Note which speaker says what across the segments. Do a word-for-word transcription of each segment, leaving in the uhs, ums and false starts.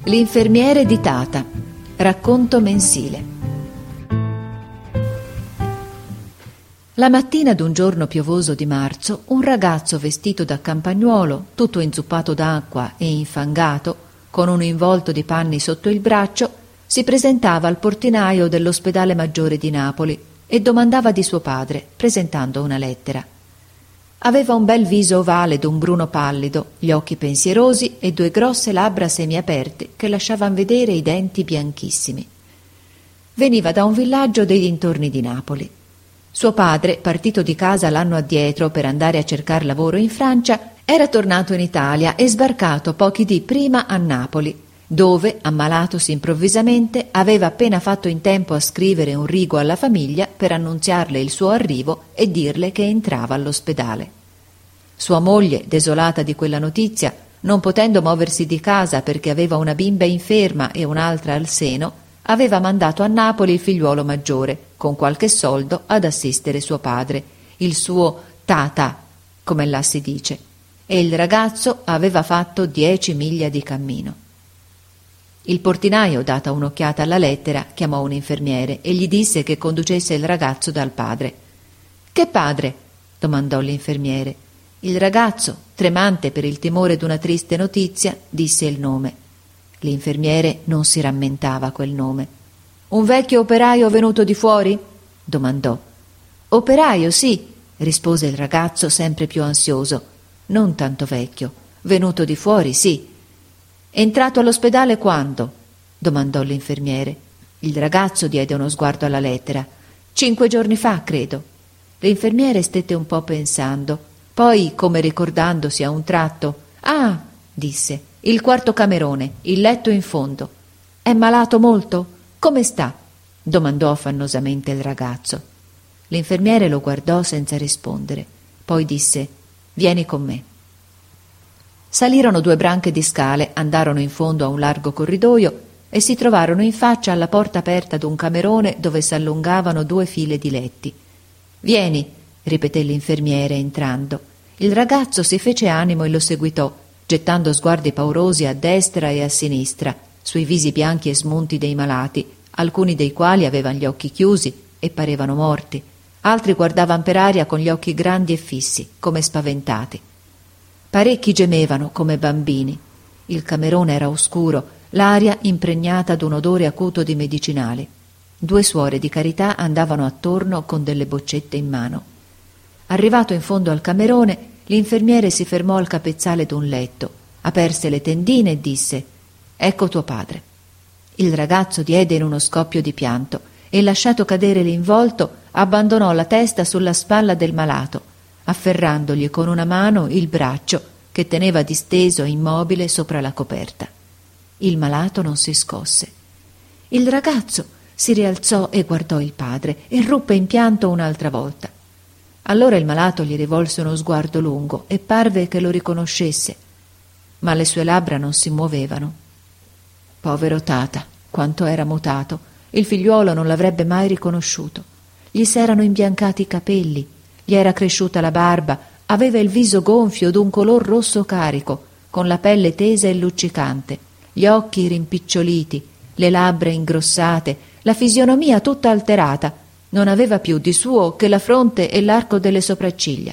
Speaker 1: L'infermiere di Tata. Racconto mensile. La mattina d'un giorno piovoso di marzo, un ragazzo vestito da campagnuolo, tutto inzuppato d'acqua e infangato, con un involto di panni sotto il braccio, si presentava al portinaio dell'ospedale maggiore di Napoli e domandava di suo padre, presentando una lettera. Aveva un bel viso ovale d'un bruno pallido, gli occhi pensierosi e due grosse labbra semiaperte che lasciavan vedere i denti bianchissimi. Veniva da un villaggio dei dintorni di Napoli. Suo padre, partito di casa l'anno addietro per andare a cercar lavoro in Francia, era tornato in Italia e sbarcato pochi dì prima a Napoli, dove, ammalatosi improvvisamente, aveva appena fatto in tempo a scrivere un rigo alla famiglia per annunziarle il suo arrivo e dirle che entrava all'ospedale. Sua moglie, desolata di quella notizia, non potendo muoversi di casa perché aveva una bimba inferma e un'altra al seno, aveva mandato a Napoli il figliuolo maggiore, con qualche soldo, ad assistere suo padre, il suo tata, come là si dice, e il ragazzo aveva fatto dieci miglia di cammino. Il portinaio, data un'occhiata alla lettera, chiamò un infermiere e gli disse che conducesse il ragazzo dal padre. «Che padre?» domandò l'infermiere. Il ragazzo, tremante per il timore d'una triste notizia, disse il nome. L'infermiere non si rammentava quel nome. «Un vecchio operaio venuto di fuori?» domandò. «Operaio, sì», rispose il ragazzo sempre più ansioso. «Non tanto vecchio. Venuto di fuori, sì». «Entrato all'ospedale quando?» domandò l'infermiere. Il ragazzo diede uno sguardo alla lettera. «Cinque giorni fa, credo». L'infermiere stette un po' pensando. Poi, come ricordandosi a un tratto, «Ah!» disse, «il quarto camerone, il letto in fondo». «È malato molto? Come sta?» domandò affannosamente il ragazzo. L'infermiere lo guardò senza rispondere. Poi disse, «Vieni con me». Salirono due branche di scale, andarono in fondo a un largo corridoio e si trovarono in faccia alla porta aperta d'un camerone dove s'allungavano due file di letti. «Vieni», ripeté l'infermiere entrando. Il ragazzo si fece animo e lo seguitò, gettando sguardi paurosi a destra e a sinistra, sui visi bianchi e smunti dei malati, alcuni dei quali avevano gli occhi chiusi e parevano morti, altri guardavano per aria con gli occhi grandi e fissi, come spaventati. Parecchi gemevano come bambini. Il camerone era oscuro, l'aria impregnata d'un odore acuto di medicinali. Due suore di carità andavano attorno con delle boccette in mano. Arrivato in fondo al camerone, l'infermiere si fermò al capezzale d'un letto, aperse le tendine e disse: «Ecco tuo padre». Il ragazzo diede in uno scoppio di pianto e, lasciato cadere l'involto, abbandonò la testa sulla spalla del malato, afferrandogli con una mano il braccio che teneva disteso e immobile sopra la coperta. Il malato non si scosse. Il ragazzo si rialzò e guardò il padre e ruppe in pianto un'altra volta. Allora il malato gli rivolse uno sguardo lungo e parve che lo riconoscesse, ma le sue labbra non si muovevano. Povero Tata, quanto era mutato! Il figliuolo non l'avrebbe mai riconosciuto. Gli s'erano imbiancati i capelli, gli era cresciuta la barba, aveva il viso gonfio d'un color rosso carico, con la pelle tesa e luccicante, gli occhi rimpiccioliti, le labbra ingrossate, la fisionomia tutta alterata. Non aveva più di suo che la fronte e l'arco delle sopracciglia.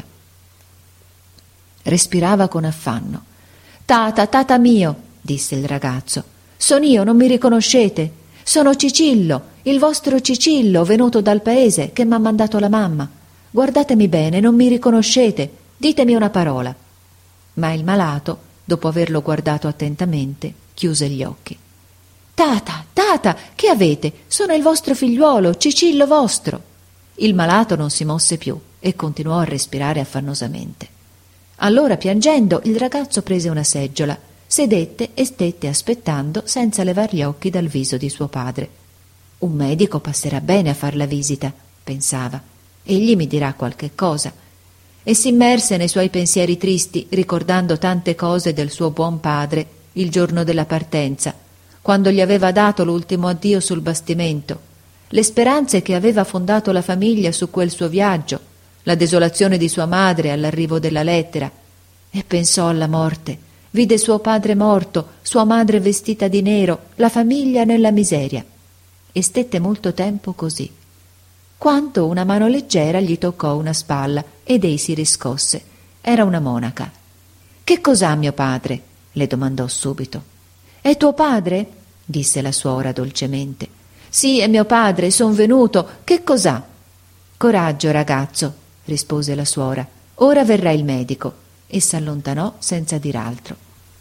Speaker 1: Respirava con affanno. «Tata, tata mio», disse il ragazzo, «son io, non mi riconoscete? Sono Cicillo, il vostro Cicillo, venuto dal paese che m'ha mandato la mamma. Guardatemi bene, non mi riconoscete, ditemi una parola». Ma il malato, dopo averlo guardato attentamente, chiuse gli occhi. «Tata, tata, che avete? Sono il vostro figliuolo, Cicillo vostro». Il malato non si mosse più e continuò a respirare affannosamente. Allora, piangendo, il ragazzo prese una seggiola, sedette e stette aspettando senza levar gli occhi dal viso di suo padre. «Un medico passerà bene a far la visita», pensava. «Egli mi dirà qualche cosa». E s'immerse nei suoi pensieri tristi, ricordando tante cose del suo buon padre il giorno della partenza, quando gli aveva dato l'ultimo addio sul bastimento, le speranze che aveva fondato la famiglia su quel suo viaggio, la desolazione di sua madre all'arrivo della lettera, e pensò alla morte, vide suo padre morto, sua madre vestita di nero, la famiglia nella miseria. E stette molto tempo così. Quando una mano leggera gli toccò una spalla ed ei si riscosse. Era una monaca. «Che cos'ha mio padre?» le domandò subito. «È tuo padre?» disse la suora dolcemente. «Sì, è mio padre, son venuto. Che cos'ha?» «Coraggio, ragazzo», rispose la suora. «Ora verrà il medico». E s'allontanò senza dir altro.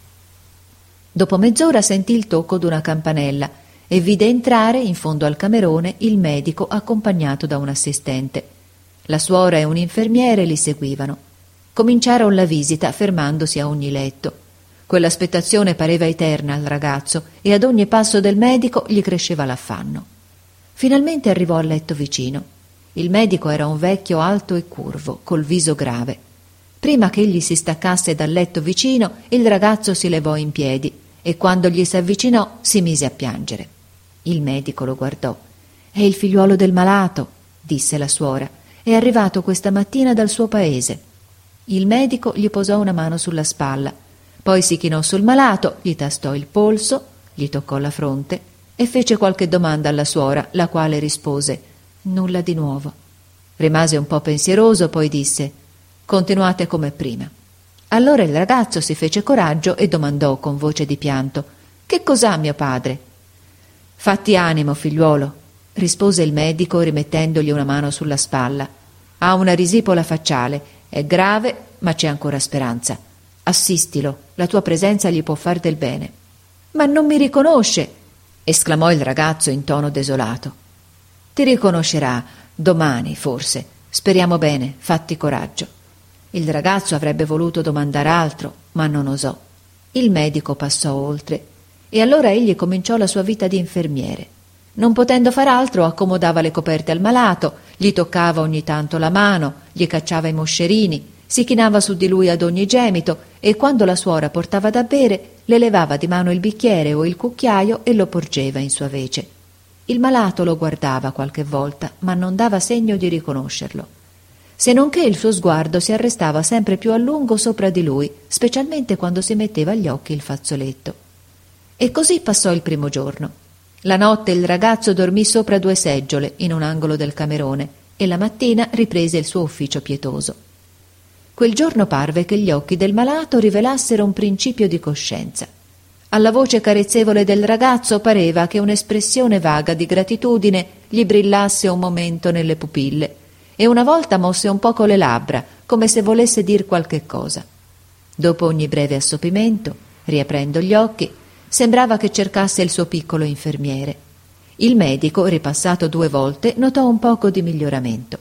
Speaker 1: Dopo mezz'ora sentì il tocco d'una campanella e vide entrare in fondo al camerone il medico accompagnato da un assistente. La suora e un infermiere li seguivano. Cominciarono la visita fermandosi a ogni letto. Quell'aspettazione pareva eterna al ragazzo e ad ogni passo del medico gli cresceva l'affanno. Finalmente arrivò al letto vicino. Il medico era un vecchio alto e curvo, col viso grave. Prima che egli si staccasse dal letto vicino, il ragazzo si levò in piedi e quando gli s'avvicinò si mise a piangere. Il medico lo guardò. «È il figliuolo del malato», disse la suora. «È arrivato questa mattina dal suo paese». Il medico gli posò una mano sulla spalla, poi si chinò sul malato, gli tastò il polso, gli toccò la fronte e fece qualche domanda alla suora, la quale rispose: «Nulla di nuovo». Rimase un po' pensieroso, poi disse: «Continuate come prima». Allora il ragazzo si fece coraggio e domandò con voce di pianto: «Che cos'ha mio padre?» «Fatti animo, figliuolo», rispose il medico rimettendogli una mano sulla spalla. «Ha una risipola facciale, è grave, ma c'è ancora speranza. Assistilo, la tua presenza gli può far del bene». «Ma non mi riconosce!» esclamò il ragazzo in tono desolato. «Ti riconoscerà domani, forse. Speriamo bene, fatti coraggio». Il ragazzo avrebbe voluto domandare altro, ma non osò. Il medico passò oltre e allora egli cominciò la sua vita di infermiere. Non potendo far altro, accomodava le coperte al malato, gli toccava ogni tanto la mano, gli cacciava i moscerini, si chinava su di lui ad ogni gemito e quando la suora portava da bere le levava di mano il bicchiere o il cucchiaio e lo porgeva in sua vece. Il malato lo guardava qualche volta, ma non dava segno di riconoscerlo. Se non che il suo sguardo si arrestava sempre più a lungo sopra di lui, specialmente quando si metteva agli occhi il fazzoletto. E così passò il primo giorno. La notte il ragazzo dormì sopra due seggiole in un angolo del camerone e la mattina riprese il suo ufficio pietoso. Quel giorno parve che gli occhi del malato rivelassero un principio di coscienza. Alla voce carezzevole del ragazzo pareva che un'espressione vaga di gratitudine gli brillasse un momento nelle pupille e una volta mosse un poco le labbra, come se volesse dir qualche cosa. Dopo ogni breve assopimento, riaprendo gli occhi, sembrava che cercasse il suo piccolo infermiere. Il medico, ripassato due volte, notò un poco di miglioramento.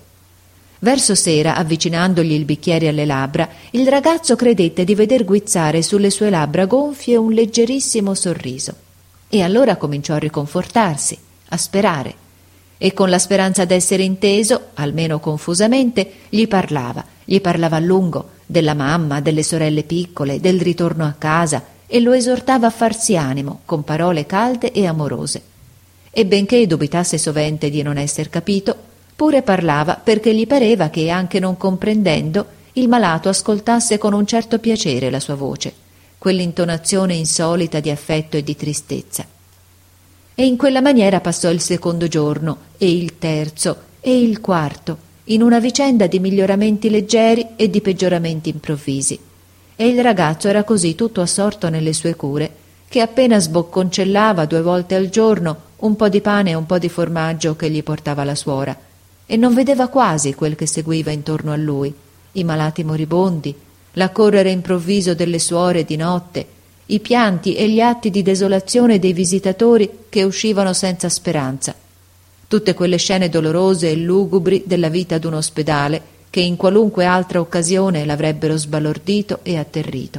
Speaker 1: Verso sera, avvicinandogli il bicchiere alle labbra, il ragazzo credette di veder guizzare sulle sue labbra gonfie un leggerissimo sorriso. E allora cominciò a riconfortarsi, a sperare. E con la speranza d'essere inteso, almeno confusamente, gli parlava, gli parlava a lungo, della mamma, delle sorelle piccole, del ritorno a casa, e lo esortava a farsi animo, con parole calde e amorose. E benché dubitasse sovente di non esser capito, pure parlava perché gli pareva che, anche non comprendendo, il malato ascoltasse con un certo piacere la sua voce, quell'intonazione insolita di affetto e di tristezza. E in quella maniera passò il secondo giorno, e il terzo, e il quarto, in una vicenda di miglioramenti leggeri e di peggioramenti improvvisi. E il ragazzo era così tutto assorto nelle sue cure, che appena sbocconcellava due volte al giorno un po' di pane e un po' di formaggio che gli portava la suora, e non vedeva quasi quel che seguiva intorno a lui, i malati moribondi, l'accorrere improvviso delle suore di notte, i pianti e gli atti di desolazione dei visitatori che uscivano senza speranza, tutte quelle scene dolorose e lugubri della vita d'un ospedale che in qualunque altra occasione l'avrebbero sbalordito e atterrito.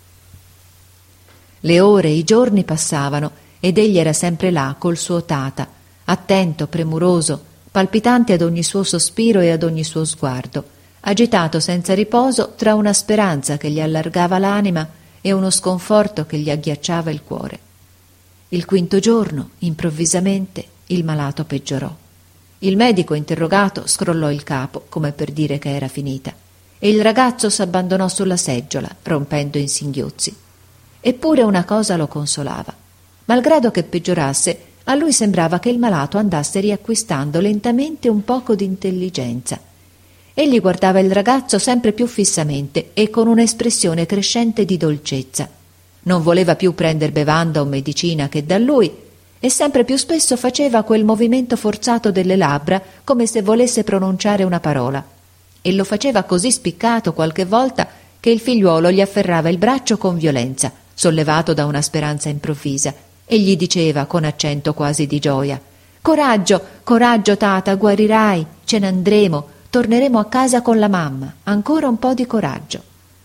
Speaker 1: Le ore e i giorni passavano ed egli era sempre là col suo tata, attento, premuroso, palpitante ad ogni suo sospiro e ad ogni suo sguardo, agitato senza riposo tra una speranza che gli allargava l'anima e uno sconforto che gli agghiacciava il cuore. Il quinto giorno, improvvisamente, il malato peggiorò. Il medico, interrogato, scrollò il capo, come per dire che era finita, e il ragazzo s'abbandonò sulla seggiola, rompendo in singhiozzi. Eppure una cosa lo consolava. Malgrado che peggiorasse, a lui sembrava che il malato andasse riacquistando lentamente un poco di intelligenza. Egli guardava il ragazzo sempre più fissamente e con un'espressione crescente di dolcezza. Non voleva più prender bevanda o medicina che da lui, e sempre più spesso faceva quel movimento forzato delle labbra come se volesse pronunciare una parola. E lo faceva così spiccato qualche volta che il figliuolo gli afferrava il braccio con violenza, sollevato da una speranza improvvisa, e gli diceva con accento quasi di gioia: «Coraggio, coraggio, tata, guarirai, ce ne andremo, torneremo a casa con la mamma, ancora un po' di coraggio».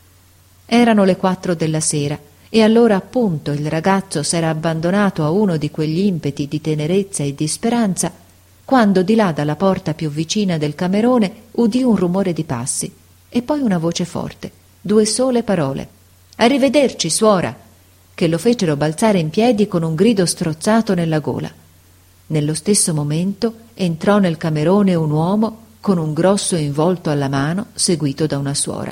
Speaker 1: Erano le quattro della sera, e allora appunto il ragazzo s'era abbandonato a uno di quegli impeti di tenerezza e di speranza, quando di là dalla porta più vicina del camerone udì un rumore di passi, e poi una voce forte, due sole parole: «Arrivederci, suora», che lo fecero balzare in piedi con un grido strozzato nella gola. Nello stesso momento entrò nel camerone un uomo con un grosso involto alla mano, seguito da una suora.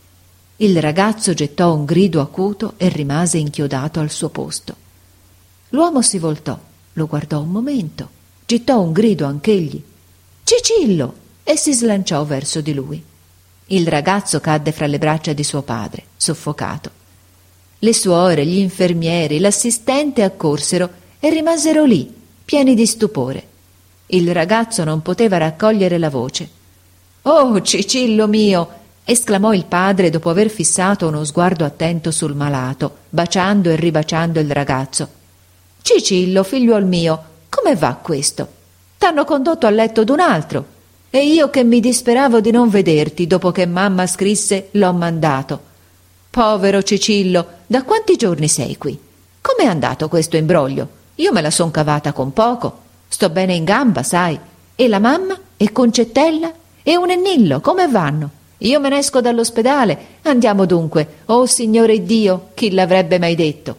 Speaker 1: Il ragazzo gettò un grido acuto e rimase inchiodato al suo posto. L'uomo si voltò, lo guardò un momento, gettò un grido anch'egli: «Cicillo!» e si slanciò verso di lui. Il ragazzo cadde fra le braccia di suo padre, soffocato. Le suore, gli infermieri, l'assistente accorsero e rimasero lì, pieni di stupore. Il ragazzo non poteva raccogliere la voce. «Oh, Cicillo mio!» esclamò il padre dopo aver fissato uno sguardo attento sul malato, baciando e ribaciando il ragazzo. «Cicillo, figliuol mio, come va questo? T'hanno condotto a letto d'un altro, e io che mi disperavo di non vederti dopo che mamma scrisse l'ho mandato. Povero Cicillo, da quanti giorni sei qui? Com'è andato questo imbroglio? Io me la son cavata con poco, sto bene in gamba, sai. E la mamma? E Concettella? E un Ennillo, come vanno? Io me ne esco dall'ospedale, andiamo dunque. Oh Signore Dio, chi l'avrebbe mai detto?»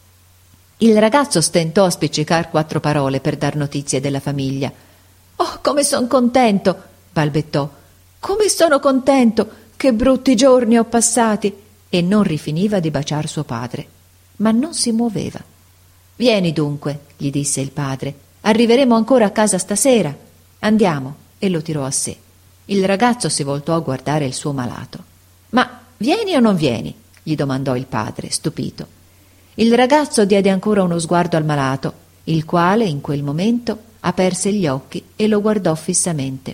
Speaker 1: Il ragazzo stentò a spiccicar quattro parole per dar notizie della famiglia. «Oh, come son contento!» balbettò. «Come sono contento! Che brutti giorni ho passati!» E non rifiniva di baciar suo padre. Ma non si muoveva. «Vieni dunque», gli disse il padre. «Arriveremo ancora a casa stasera. Andiamo», e lo tirò a sé. Il ragazzo si voltò a guardare il suo malato. «Ma vieni o non vieni?» gli domandò il padre, stupito. Il ragazzo diede ancora uno sguardo al malato, il quale, in quel momento, aperse gli occhi e lo guardò fissamente.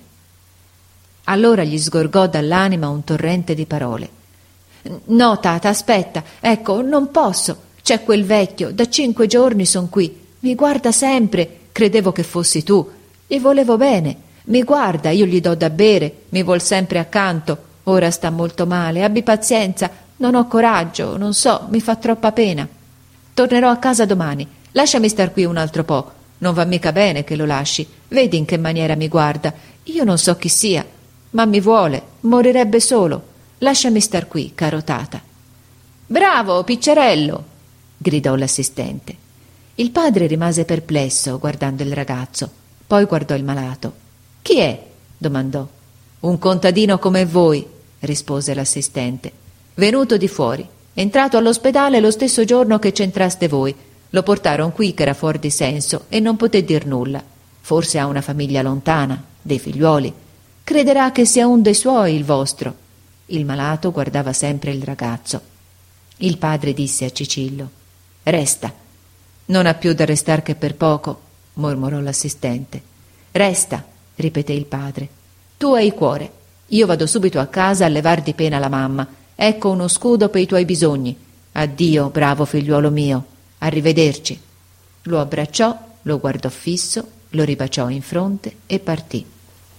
Speaker 1: Allora gli sgorgò dall'anima un torrente di parole. «No, tata, aspetta, ecco, non posso. C'è quel vecchio, da cinque giorni son qui. Mi guarda sempre, credevo che fossi tu. Gli volevo bene. Mi guarda, io gli do da bere, mi vuol sempre accanto. Ora sta molto male, abbi pazienza, non ho coraggio, non so, mi fa troppa pena. Tornerò a casa domani, lasciami star qui un altro po'. Non va mica bene che lo lasci, vedi in che maniera mi guarda. Io non so chi sia, ma mi vuole, morirebbe solo. Lasciami star qui, caro tata». «Bravo, piccerello!» gridò l'assistente. Il padre rimase perplesso guardando il ragazzo, poi guardò il malato. «Chi è?» domandò. «Un contadino come voi», rispose l'assistente. «Venuto di fuori, entrato all'ospedale lo stesso giorno che c'entraste voi. Lo portarono qui che era fuor di senso e non poté dir nulla. Forse ha una famiglia lontana, dei figliuoli. Crederà che sia un dei suoi il vostro». Il malato guardava sempre il ragazzo. Il padre disse a Cicillo: «Resta». «Non ha più da restar che per poco», mormorò l'assistente. «Resta», ripeté il padre. «Tu hai cuore. Io vado subito a casa a levar di pena la mamma. Ecco uno scudo per i tuoi bisogni. Addio, bravo figliuolo mio. Arrivederci». Lo abbracciò, lo guardò fisso, lo ribaciò in fronte e partì.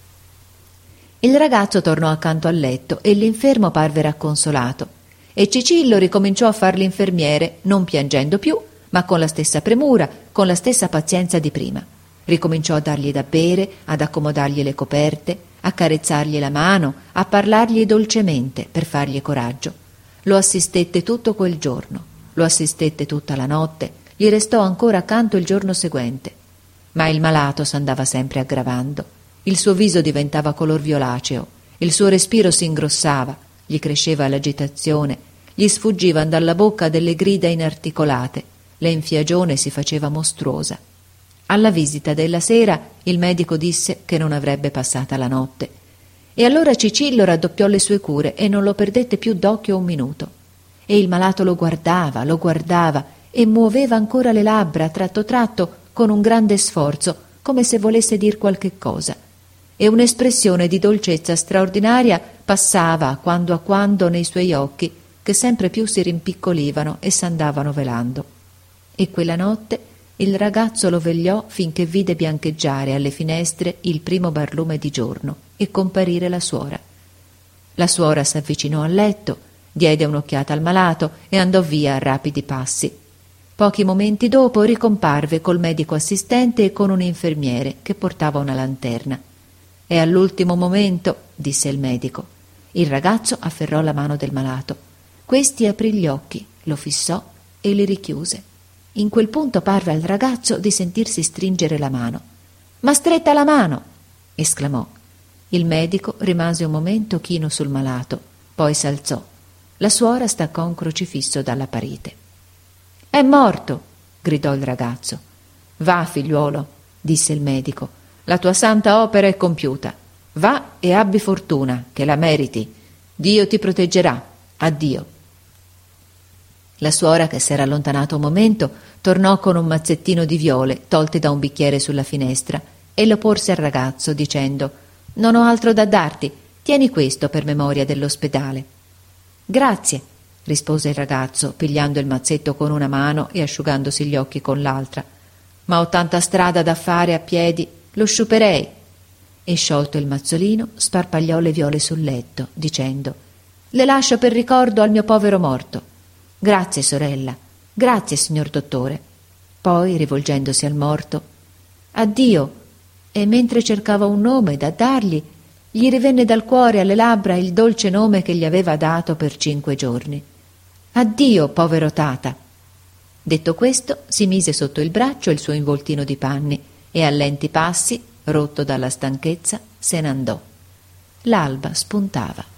Speaker 1: Il ragazzo tornò accanto al letto e l'infermo parve racconsolato, e Cicillo ricominciò a far l'infermiere, non piangendo più, ma con la stessa premura, con la stessa pazienza di prima. Ricominciò a dargli da bere, ad accomodargli le coperte, a carezzargli la mano, a parlargli dolcemente per fargli coraggio. Lo assistette tutto quel giorno, lo assistette tutta la notte, gli restò ancora accanto il giorno seguente. Ma il malato s'andava sempre aggravando. Il suo viso diventava color violaceo, il suo respiro si ingrossava, gli cresceva l'agitazione, gli sfuggivan dalla bocca delle grida inarticolate, l'enfiagione si faceva mostruosa. Alla visita della sera il medico disse che non avrebbe passata la notte. E allora Cicillo raddoppiò le sue cure e non lo perdette più d'occhio un minuto. E il malato lo guardava, lo guardava e muoveva ancora le labbra tratto tratto con un grande sforzo, come se volesse dir qualche cosa. E un'espressione di dolcezza straordinaria passava a quando a quando nei suoi occhi, che sempre più si rimpiccolivano e s'andavano velando. E quella notte il ragazzo lo vegliò finché vide biancheggiare alle finestre il primo barlume di giorno e comparire la suora. La suora s'avvicinò al letto, diede un'occhiata al malato e andò via a rapidi passi. Pochi momenti dopo ricomparve col medico assistente e con un infermiere che portava una lanterna. «È all'ultimo momento», disse il medico. Il ragazzo afferrò la mano del malato. Questi aprì gli occhi, lo fissò e li richiuse. In quel punto parve al ragazzo di sentirsi stringere la mano. «M'ha stretta la mano!» esclamò. Il medico rimase un momento chino sul malato, poi s'alzò. La suora staccò un crocifisso dalla parete. «È morto!» gridò il ragazzo. «Va, figliuolo», disse il medico, «la tua santa opera è compiuta. Va e abbi fortuna, che la meriti. Dio ti proteggerà. Addio». La suora, che s'era allontanata un momento, tornò con un mazzettino di viole tolte da un bicchiere sulla finestra e lo porse al ragazzo dicendo: «Non ho altro da darti, tieni questo per memoria dell'ospedale». «Grazie», rispose il ragazzo, pigliando il mazzetto con una mano e asciugandosi gli occhi con l'altra. «Ma ho tanta strada da fare a piedi, lo sciuperei». E sciolto il mazzolino sparpagliò le viole sul letto dicendo: «Le lascio per ricordo al mio povero morto». «Grazie, sorella. Grazie, signor dottore». Poi, rivolgendosi al morto: «Addio». E mentre cercava un nome da dargli, gli rivenne dal cuore alle labbra il dolce nome che gli aveva dato per cinque giorni. «Addio, povero tata». Detto questo, si mise sotto il braccio il suo involtino di panni e a lenti passi, rotto dalla stanchezza, se n'andò. L'alba spuntava.